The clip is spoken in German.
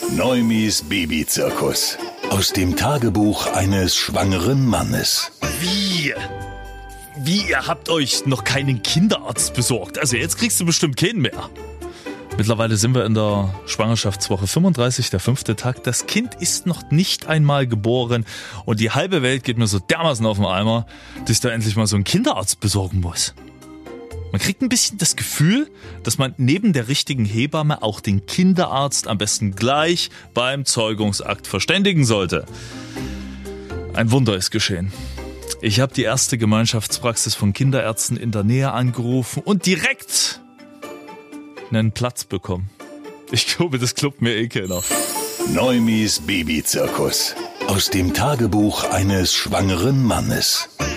Neumis Babyzirkus. Aus dem Tagebuch eines schwangeren Mannes. Wie? Ihr habt euch noch keinen Kinderarzt besorgt? Also jetzt kriegst du bestimmt keinen mehr. Mittlerweile sind wir in der Schwangerschaftswoche 35, der 5. Tag. Das Kind ist noch nicht einmal geboren und die halbe Welt geht mir so dermaßen auf den Eimer, dass ich da endlich mal so einen Kinderarzt besorgen muss. Man kriegt ein bisschen das Gefühl, dass man neben der richtigen Hebamme auch den Kinderarzt am besten gleich beim Zeugungsakt verständigen sollte. Ein Wunder ist geschehen. Ich habe die erste Gemeinschaftspraxis von Kinderärzten in der Nähe angerufen und direkt einen Platz bekommen. Ich glaube, das glaubt mir keiner. Neumis Babyzirkus. Aus dem Tagebuch eines schwangeren Mannes.